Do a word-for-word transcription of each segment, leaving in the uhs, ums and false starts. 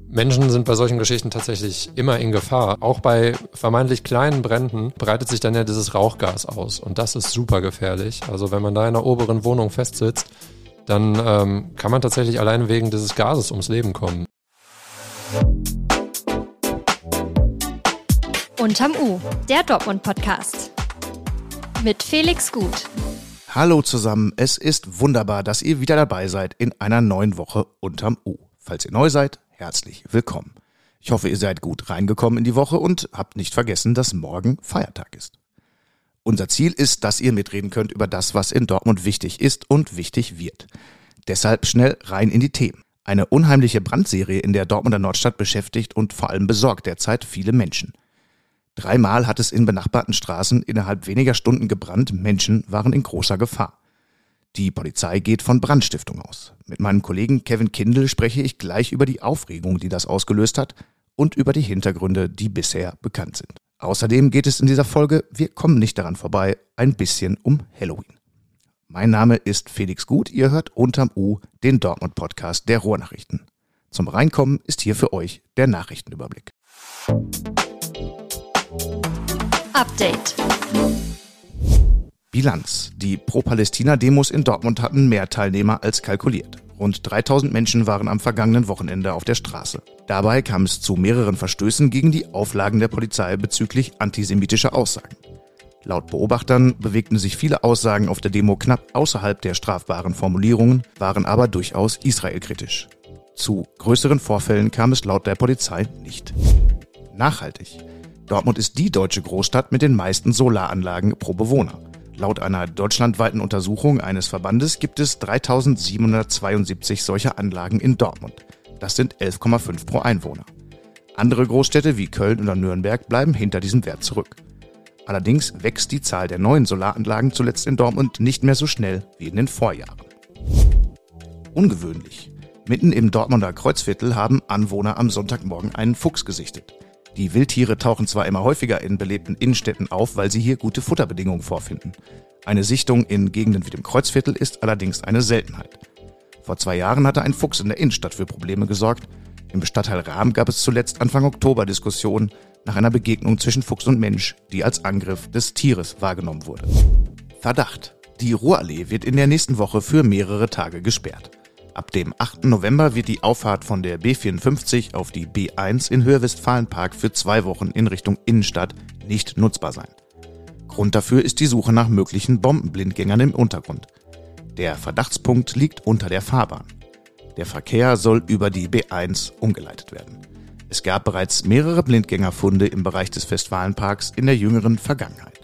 Menschen sind bei solchen Geschichten tatsächlich immer in Gefahr. Auch bei vermeintlich kleinen Bränden breitet sich dann ja dieses Rauchgas aus. Und das ist super gefährlich. Also wenn man da in der oberen Wohnung festsitzt, dann ähm, kann man tatsächlich allein wegen dieses Gases ums Leben kommen. Unterm U, der Dortmund-Podcast. Mit Felix Gut. Hallo zusammen, es ist wunderbar, dass ihr wieder dabei seid in einer neuen Woche Unterm U. Falls ihr neu seid, herzlich willkommen. Ich hoffe, ihr seid gut reingekommen in die Woche und habt nicht vergessen, dass morgen Feiertag ist. Unser Ziel ist, dass ihr mitreden könnt über das, was in Dortmund wichtig ist und wichtig wird. Deshalb schnell rein in die Themen. Eine unheimliche Brandserie in der Dortmunder Nordstadt beschäftigt und vor allem besorgt derzeit viele Menschen. Dreimal hat es in benachbarten Straßen innerhalb weniger Stunden gebrannt, Menschen waren in großer Gefahr. Die Polizei geht von Brandstiftung aus. Mit meinem Kollegen Kevin Kindl spreche ich gleich über die Aufregung, die das ausgelöst hat und über die Hintergründe, die bisher bekannt sind. Außerdem geht es in dieser Folge, wir kommen nicht daran vorbei, ein bisschen um Halloween. Mein Name ist Felix Gut, ihr hört Unterm U, den Dortmund-Podcast der Ruhrnachrichten. Zum Reinkommen ist hier für euch der Nachrichtenüberblick. Update. Bilanz. Die Pro-Palästina-Demos in Dortmund hatten mehr Teilnehmer als kalkuliert. Rund dreitausend Menschen waren am vergangenen Wochenende auf der Straße. Dabei kam es zu mehreren Verstößen gegen die Auflagen der Polizei bezüglich antisemitischer Aussagen. Laut Beobachtern bewegten sich viele Aussagen auf der Demo knapp außerhalb der strafbaren Formulierungen, waren aber durchaus israelkritisch. Zu größeren Vorfällen kam es laut der Polizei nicht. Nachhaltig. Dortmund ist die deutsche Großstadt mit den meisten Solaranlagen pro Bewohner. Laut einer deutschlandweiten Untersuchung eines Verbandes gibt es dreitausendsiebenhundertzweiundsiebzig solcher Anlagen in Dortmund. Das sind elf Komma fünf pro Einwohner. Andere Großstädte wie Köln oder Nürnberg bleiben hinter diesem Wert zurück. Allerdings wächst die Zahl der neuen Solaranlagen zuletzt in Dortmund nicht mehr so schnell wie in den Vorjahren. Ungewöhnlich. Mitten im Dortmunder Kreuzviertel haben Anwohner am Sonntagmorgen einen Fuchs gesichtet. Die Wildtiere tauchen zwar immer häufiger in belebten Innenstädten auf, weil sie hier gute Futterbedingungen vorfinden. Eine Sichtung in Gegenden wie dem Kreuzviertel ist allerdings eine Seltenheit. Vor zwei Jahren hatte ein Fuchs in der Innenstadt für Probleme gesorgt. Im Stadtteil Rahm gab es zuletzt Anfang Oktober Diskussionen nach einer Begegnung zwischen Fuchs und Mensch, die als Angriff des Tieres wahrgenommen wurde. Verdacht. Die Ruhrallee wird in der nächsten Woche für mehrere Tage gesperrt. Ab dem achten November wird die Auffahrt von der B vierundfünfzig auf die B eins in Höhe-Westfalen-Park für zwei Wochen in Richtung Innenstadt nicht nutzbar sein. Grund dafür ist die Suche nach möglichen Bombenblindgängern im Untergrund. Der Verdachtspunkt liegt unter der Fahrbahn. Der Verkehr soll über die B eins umgeleitet werden. Es gab bereits mehrere Blindgängerfunde im Bereich des Westfalenparks in der jüngeren Vergangenheit.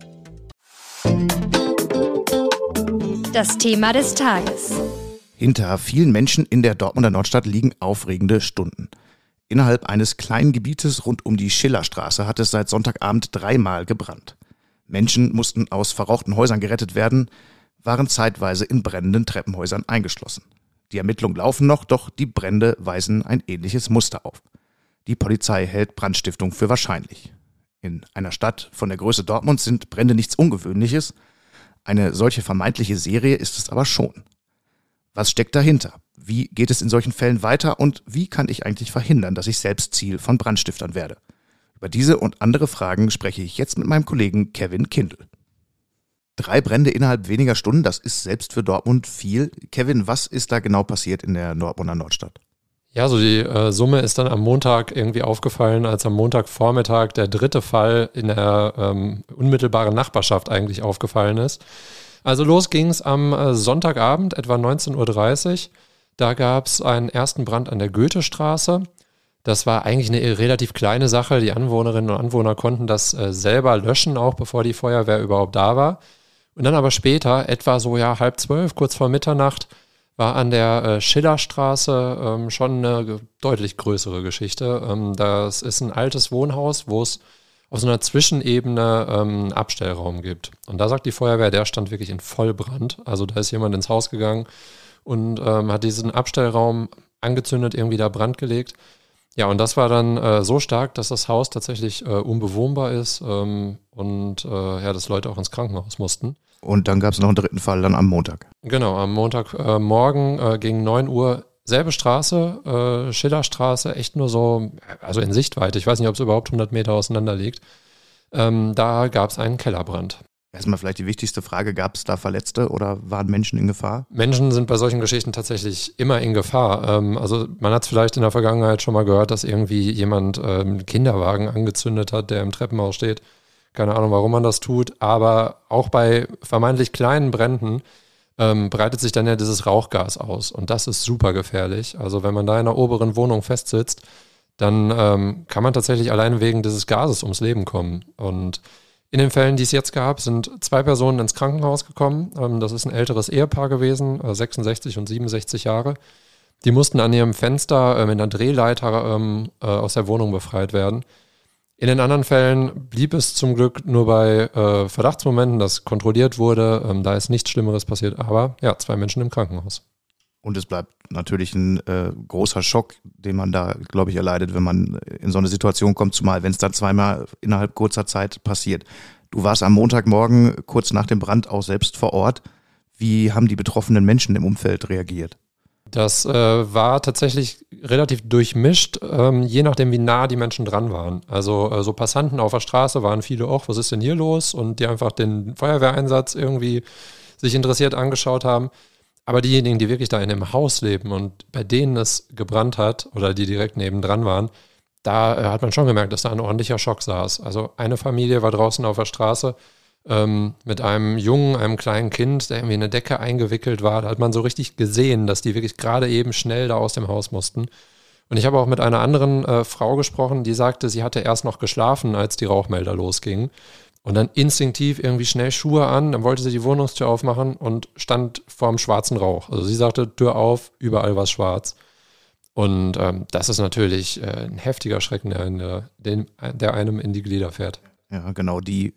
Das Thema des Tages. Hinter vielen Menschen in der Dortmunder Nordstadt liegen aufregende Stunden. Innerhalb eines kleinen Gebietes rund um die Schillerstraße hat es seit Sonntagabend dreimal gebrannt. Menschen mussten aus verrauchten Häusern gerettet werden, waren zeitweise in brennenden Treppenhäusern eingeschlossen. Die Ermittlungen laufen noch, doch die Brände weisen ein ähnliches Muster auf. Die Polizei hält Brandstiftung für wahrscheinlich. In einer Stadt von der Größe Dortmunds sind Brände nichts Ungewöhnliches. Eine solche vermeintliche Serie ist es aber schon. Was steckt dahinter? Wie geht es in solchen Fällen weiter und wie kann ich eigentlich verhindern, dass ich selbst Ziel von Brandstiftern werde? Über diese und andere Fragen spreche ich jetzt mit meinem Kollegen Kevin Kindl. Drei Brände innerhalb weniger Stunden, das ist selbst für Dortmund viel. Kevin, was ist da genau passiert in der Dortmunder Nordstadt? Ja, so die äh, Summe ist dann am Montag irgendwie aufgefallen, als am Montagvormittag der dritte Fall in der ähm, unmittelbaren Nachbarschaft eigentlich aufgefallen ist. Also los ging es am äh, Sonntagabend, etwa neunzehn Uhr dreißig. Da gab es einen ersten Brand an der Goethestraße. Das war eigentlich eine relativ kleine Sache. Die Anwohnerinnen und Anwohner konnten das äh, selber löschen, auch bevor die Feuerwehr überhaupt da war. Und dann aber später, etwa so ja halb zwölf, kurz vor Mitternacht, war an der äh, Schillerstraße ähm, schon eine ge- deutlich größere Geschichte. Ähm, das ist ein altes Wohnhaus, wo es auf so einer Zwischenebene ähm, einen Abstellraum gibt. Und da sagt die Feuerwehr, der stand wirklich in Vollbrand. Also da ist jemand ins Haus gegangen und ähm, hat diesen Abstellraum angezündet, irgendwie da Brand gelegt. Ja, und das war dann äh, so stark, dass das Haus tatsächlich äh, unbewohnbar ist ähm, und äh, ja, dass Leute auch ins Krankenhaus mussten. Und dann gab es noch einen dritten Fall dann am Montag. Genau, am Montagmorgen äh, äh, gegen neun Uhr selbe Straße, äh, Schillerstraße, echt nur so, also in Sichtweite, ich weiß nicht, ob es überhaupt hundert Meter auseinander liegt. Ähm, da gab es einen Kellerbrand. Erstmal vielleicht die wichtigste Frage, gab es da Verletzte oder waren Menschen in Gefahr? Menschen sind bei solchen Geschichten tatsächlich immer in Gefahr. Ähm, also man hat es vielleicht in der Vergangenheit schon mal gehört, dass irgendwie jemand ähm, einen Kinderwagen angezündet hat, der im Treppenhaus steht. Keine Ahnung, warum man das tut, aber auch bei vermeintlich kleinen Bränden ähm, breitet sich dann ja dieses Rauchgas aus und das ist super gefährlich. Also wenn man da in der oberen Wohnung festsitzt, dann ähm, kann man tatsächlich allein wegen dieses Gases ums Leben kommen. Und in den Fällen, die es jetzt gab, sind zwei Personen ins Krankenhaus gekommen. Ähm, das ist ein älteres Ehepaar gewesen, äh, sechsundsechzig und siebenundsechzig Jahre. Die mussten an ihrem Fenster äh, mit einer Drehleiter ähm, äh, aus der Wohnung befreit werden. In den anderen Fällen blieb es zum Glück nur bei äh, Verdachtsmomenten, dass kontrolliert wurde. Ähm, da ist nichts Schlimmeres passiert, aber ja, zwei Menschen im Krankenhaus. Und es bleibt natürlich ein äh, großer Schock, den man da, glaube ich, erleidet, wenn man in so eine Situation kommt, zumal wenn es dann zweimal innerhalb kurzer Zeit passiert. Du warst am Montagmorgen kurz nach dem Brand auch selbst vor Ort. Wie haben die betroffenen Menschen im Umfeld reagiert? Das äh, war tatsächlich relativ durchmischt, ähm, je nachdem, wie nah die Menschen dran waren. Also äh, so Passanten auf der Straße waren viele auch, was ist denn hier los? Und die einfach den Feuerwehreinsatz irgendwie sich interessiert angeschaut haben. Aber diejenigen, die wirklich da in einem Haus leben und bei denen es gebrannt hat oder die direkt nebendran waren, da äh, hat man schon gemerkt, dass da ein ordentlicher Schock saß. Also eine Familie war draußen auf der Straße ähm, mit einem Jungen, einem kleinen Kind, der irgendwie in eine Decke eingewickelt war. Da hat man so richtig gesehen, dass die wirklich gerade eben schnell da aus dem Haus mussten. Und ich habe auch mit einer anderen äh, Frau gesprochen, die sagte, sie hatte erst noch geschlafen, als die Rauchmelder losgingen. Und dann instinktiv irgendwie schnell Schuhe an, dann wollte sie die Wohnungstür aufmachen und stand vorm schwarzen Rauch. Also sie sagte, Tür auf, überall war schwarz. Und ähm, das ist natürlich äh, ein heftiger Schrecken, der, in der, den, der einem in die Glieder fährt. Ja, genau, die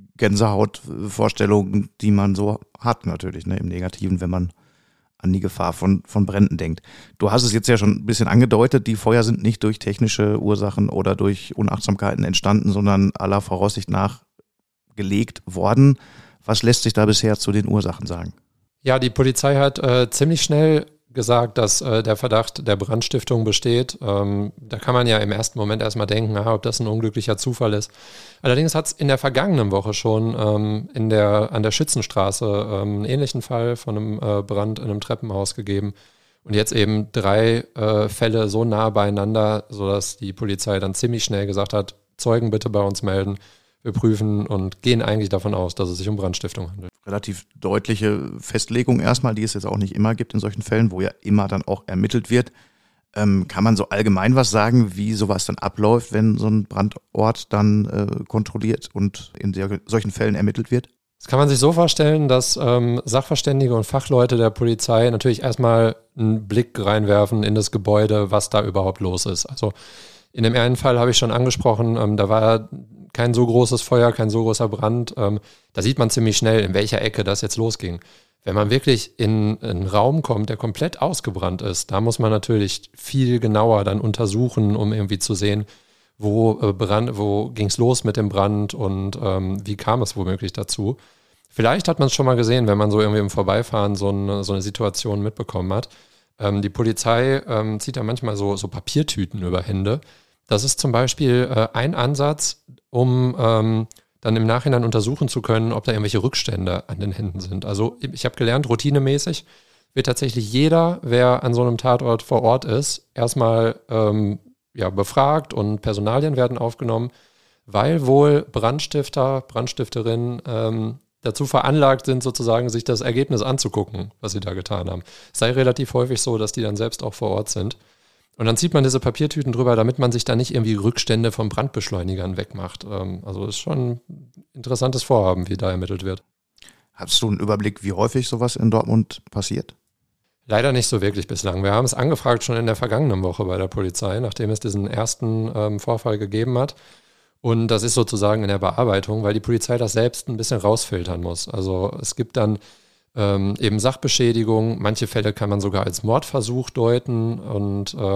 Gänsehautvorstellungen, die man so hat natürlich, ne, im Negativen, wenn man an die Gefahr von, von Bränden denkt. Du hast es jetzt ja schon ein bisschen angedeutet, die Feuer sind nicht durch technische Ursachen oder durch Unachtsamkeiten entstanden, sondern aller Voraussicht nach gelegt worden. Was lässt sich da bisher zu den Ursachen sagen? Ja, die Polizei hat äh, ziemlich schnell gesagt, dass äh, der Verdacht der Brandstiftung besteht. Ähm, da kann man ja im ersten Moment erstmal denken, aha, ob das ein unglücklicher Zufall ist. Allerdings hat es in der vergangenen Woche schon ähm, in der, an der Schützenstraße ähm, einen ähnlichen Fall von einem äh, Brand in einem Treppenhaus gegeben. Und jetzt eben drei äh, Fälle so nah beieinander, sodass die Polizei dann ziemlich schnell gesagt hat, Zeugen bitte bei uns melden. Wir prüfen und gehen eigentlich davon aus, dass es sich um Brandstiftung handelt. Relativ deutliche Festlegung erstmal, die es jetzt auch nicht immer gibt in solchen Fällen, wo ja immer dann auch ermittelt wird. Ähm, kann man so allgemein was sagen, wie sowas dann abläuft, wenn so ein Brandort dann äh, kontrolliert und in der, solchen Fällen ermittelt wird? Das kann man sich so vorstellen, dass ähm, Sachverständige und Fachleute der Polizei natürlich erstmal einen Blick reinwerfen in das Gebäude, was da überhaupt los ist. Also in dem einen Fall habe ich schon angesprochen, ähm, da war kein so großes Feuer, kein so großer Brand. Ähm, da sieht man ziemlich schnell, in welcher Ecke das jetzt losging. Wenn man wirklich in einen Raum kommt, der komplett ausgebrannt ist, da muss man natürlich viel genauer dann untersuchen, um irgendwie zu sehen, wo, äh, Brand, wo ging es los mit dem Brand und ähm, wie kam es womöglich dazu. Vielleicht hat man es schon mal gesehen, wenn man so irgendwie im Vorbeifahren so eine, so eine Situation mitbekommen hat. Ähm, die Polizei ähm, zieht da manchmal so, so Papiertüten über Hände. Das ist zum Beispiel äh, ein Ansatz, um ähm, dann im Nachhinein untersuchen zu können, ob da irgendwelche Rückstände an den Händen sind. Also ich habe gelernt, routinemäßig wird tatsächlich jeder, wer an so einem Tatort vor Ort ist, erstmal ähm, ja, befragt und Personalien werden aufgenommen, weil wohl Brandstifter, Brandstifterinnen ähm, dazu veranlagt sind, sozusagen sich das Ergebnis anzugucken, was sie da getan haben. Es sei relativ häufig so, dass die dann selbst auch vor Ort sind. Und dann zieht man diese Papiertüten drüber, damit man sich da nicht irgendwie Rückstände von Brandbeschleunigern wegmacht. Also ist schon ein interessantes Vorhaben, wie da ermittelt wird. Hast du einen Überblick, wie häufig sowas in Dortmund passiert? Leider nicht so wirklich bislang. Wir haben es angefragt schon in der vergangenen Woche bei der Polizei, nachdem es diesen ersten ähm, Vorfall gegeben hat. Und das ist sozusagen in der Bearbeitung, weil die Polizei das selbst ein bisschen rausfiltern muss. Also es gibt dann ähm, eben Sachbeschädigung. Manche Fälle kann man sogar als Mordversuch deuten und äh,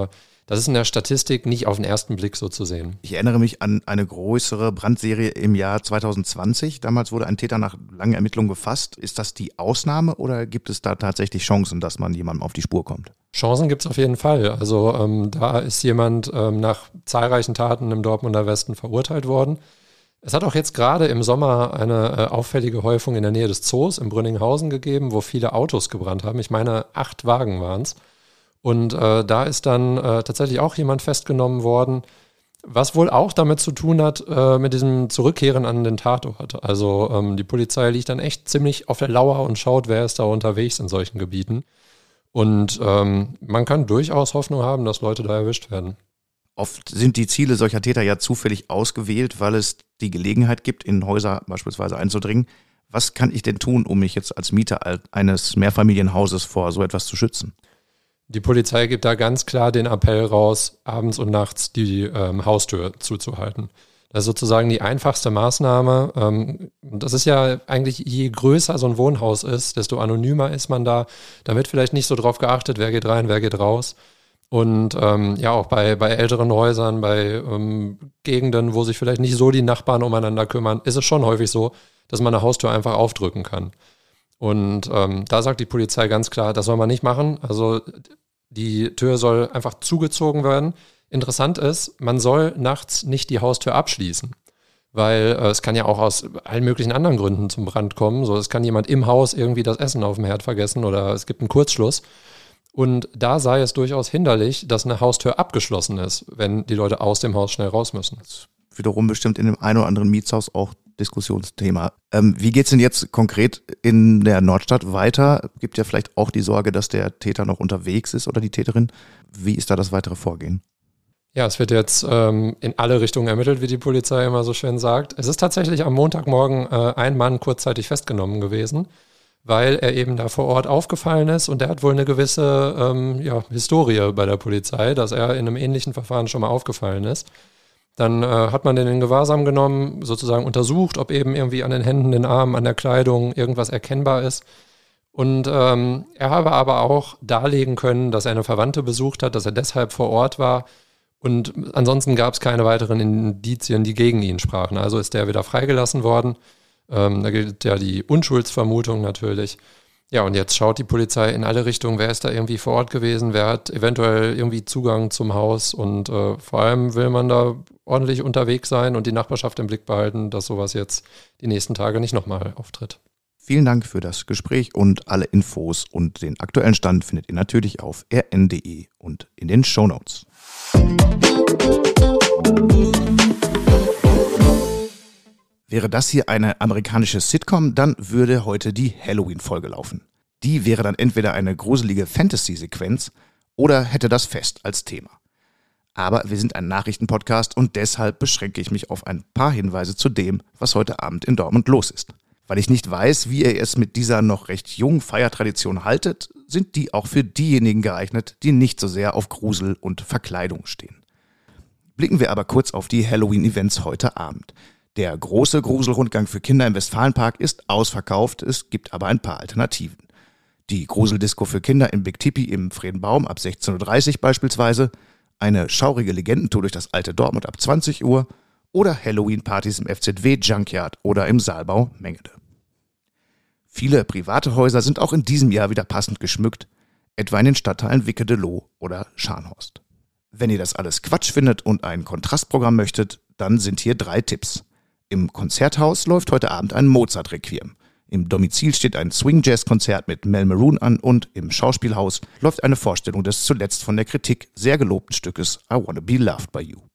Das ist in der Statistik nicht auf den ersten Blick so zu sehen. Ich erinnere mich an eine größere Brandserie im Jahr zwanzig zwanzig. Damals wurde ein Täter nach langen Ermittlungen gefasst. Ist das die Ausnahme oder gibt es da tatsächlich Chancen, dass man jemandem auf die Spur kommt? Chancen gibt es auf jeden Fall. Also ähm, da ist jemand ähm, nach zahlreichen Taten im Dortmunder Westen verurteilt worden. Es hat auch jetzt gerade im Sommer eine äh, auffällige Häufung in der Nähe des Zoos in Brünninghausen gegeben, wo viele Autos gebrannt haben. Ich meine, acht Wagen waren es. Und äh, da ist dann äh, tatsächlich auch jemand festgenommen worden, was wohl auch damit zu tun hat, äh, mit diesem Zurückkehren an den Tatort. Also ähm, die Polizei liegt dann echt ziemlich auf der Lauer und schaut, wer ist da unterwegs in solchen Gebieten. Und ähm, man kann durchaus Hoffnung haben, dass Leute da erwischt werden. Oft sind die Ziele solcher Täter ja zufällig ausgewählt, weil es die Gelegenheit gibt, in Häuser beispielsweise einzudringen. Was kann ich denn tun, um mich jetzt als Mieter eines Mehrfamilienhauses vor so etwas zu schützen? Die Polizei gibt da ganz klar den Appell raus, abends und nachts die ähm, Haustür zuzuhalten. Das ist sozusagen die einfachste Maßnahme. Ähm, das ist ja eigentlich, je größer so ein Wohnhaus ist, desto anonymer ist man da. Da wird vielleicht nicht so drauf geachtet, wer geht rein, wer geht raus. Und ähm, ja, auch bei, bei älteren Häusern, bei ähm, Gegenden, wo sich vielleicht nicht so die Nachbarn umeinander kümmern, ist es schon häufig so, dass man eine Haustür einfach aufdrücken kann. Und ähm, da sagt die Polizei ganz klar, das soll man nicht machen. Also die Tür soll einfach zugezogen werden. Interessant ist, man soll nachts nicht die Haustür abschließen, weil äh, es kann ja auch aus allen möglichen anderen Gründen zum Brand kommen. So, es kann jemand im Haus irgendwie das Essen auf dem Herd vergessen oder es gibt einen Kurzschluss. Und da sei es durchaus hinderlich, dass eine Haustür abgeschlossen ist, wenn die Leute aus dem Haus schnell raus müssen. Das ist wiederum bestimmt in dem einen oder anderen Mietshaus auch Diskussionsthema. Ähm, wie geht's denn jetzt konkret in der Nordstadt weiter? Gibt ja vielleicht auch die Sorge, dass der Täter noch unterwegs ist oder die Täterin. Wie ist da das weitere Vorgehen? Ja, es wird jetzt ähm, in alle Richtungen ermittelt, wie die Polizei immer so schön sagt. Es ist tatsächlich am Montagmorgen äh, ein Mann kurzzeitig festgenommen gewesen, weil er eben da vor Ort aufgefallen ist und der hat wohl eine gewisse ähm, ja, Historie bei der Polizei, dass er in einem ähnlichen Verfahren schon mal aufgefallen ist. Dann äh, hat man den in Gewahrsam genommen, sozusagen untersucht, ob eben irgendwie an den Händen, den Armen, an der Kleidung irgendwas erkennbar ist. Und ähm, er habe aber auch darlegen können, dass er eine Verwandte besucht hat, dass er deshalb vor Ort war. Und ansonsten gab es keine weiteren Indizien, die gegen ihn sprachen. Also ist der wieder freigelassen worden. Ähm, da gilt ja die Unschuldsvermutung natürlich. Ja, und jetzt schaut die Polizei in alle Richtungen, wer ist da irgendwie vor Ort gewesen, wer hat eventuell irgendwie Zugang zum Haus und äh, vor allem will man da ordentlich unterwegs sein und die Nachbarschaft im Blick behalten, dass sowas jetzt die nächsten Tage nicht nochmal auftritt. Vielen Dank für das Gespräch und alle Infos und den aktuellen Stand findet ihr natürlich auf r n punkt d e und in den Shownotes. Wäre das hier eine amerikanische Sitcom, dann würde heute die Halloween-Folge laufen. Die wäre dann entweder eine gruselige Fantasy-Sequenz oder hätte das Fest als Thema. Aber wir sind ein Nachrichtenpodcast und deshalb beschränke ich mich auf ein paar Hinweise zu dem, was heute Abend in Dortmund los ist. Weil ich nicht weiß, wie ihr es mit dieser noch recht jungen Feiertradition haltet, sind die auch für diejenigen geeignet, die nicht so sehr auf Grusel und Verkleidung stehen. Blicken wir aber kurz auf die Halloween-Events heute Abend. Der große Gruselrundgang für Kinder im Westfalenpark ist ausverkauft, es gibt aber ein paar Alternativen. Die Gruseldisco für Kinder im Big Tipi im Friedenbaum ab sechzehn Uhr dreißig beispielsweise, eine schaurige Legendentour durch das alte Dortmund ab zwanzig Uhr oder Halloween-Partys im F Z W Junkyard oder im Saalbau Mengede. Viele private Häuser sind auch in diesem Jahr wieder passend geschmückt, etwa in den Stadtteilen Wicke-de-Loo oder Scharnhorst. Wenn ihr das alles Quatsch findet und ein Kontrastprogramm möchtet, dann sind hier drei Tipps. Im Konzerthaus läuft heute Abend ein Mozart-Requiem. Im Domizil steht ein Swing-Jazz-Konzert mit Mel Maroon an und im Schauspielhaus läuft eine Vorstellung des zuletzt von der Kritik sehr gelobten Stückes I Wanna Be Loved by You.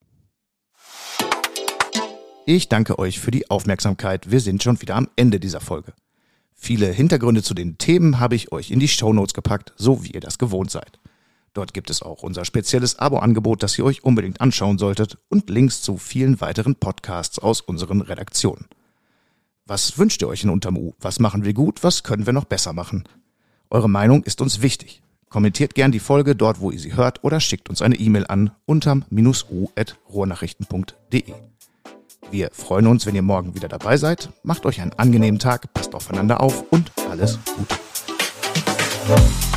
Ich danke euch für die Aufmerksamkeit. Wir sind schon wieder am Ende dieser Folge. Viele Hintergründe zu den Themen habe ich euch in die Shownotes gepackt, so wie ihr das gewohnt seid. Dort gibt es auch unser spezielles Abo-Angebot, das ihr euch unbedingt anschauen solltet und Links zu vielen weiteren Podcasts aus unseren Redaktionen. Was wünscht ihr euch in Unterm U? Was machen wir gut? Was können wir noch besser machen? Eure Meinung ist uns wichtig. Kommentiert gern die Folge dort, wo ihr sie hört oder schickt uns eine E-Mail an unterm u at ruhrnachrichten punkt de. Wir freuen uns, wenn ihr morgen wieder dabei seid. Macht euch einen angenehmen Tag, passt aufeinander auf und alles Gute.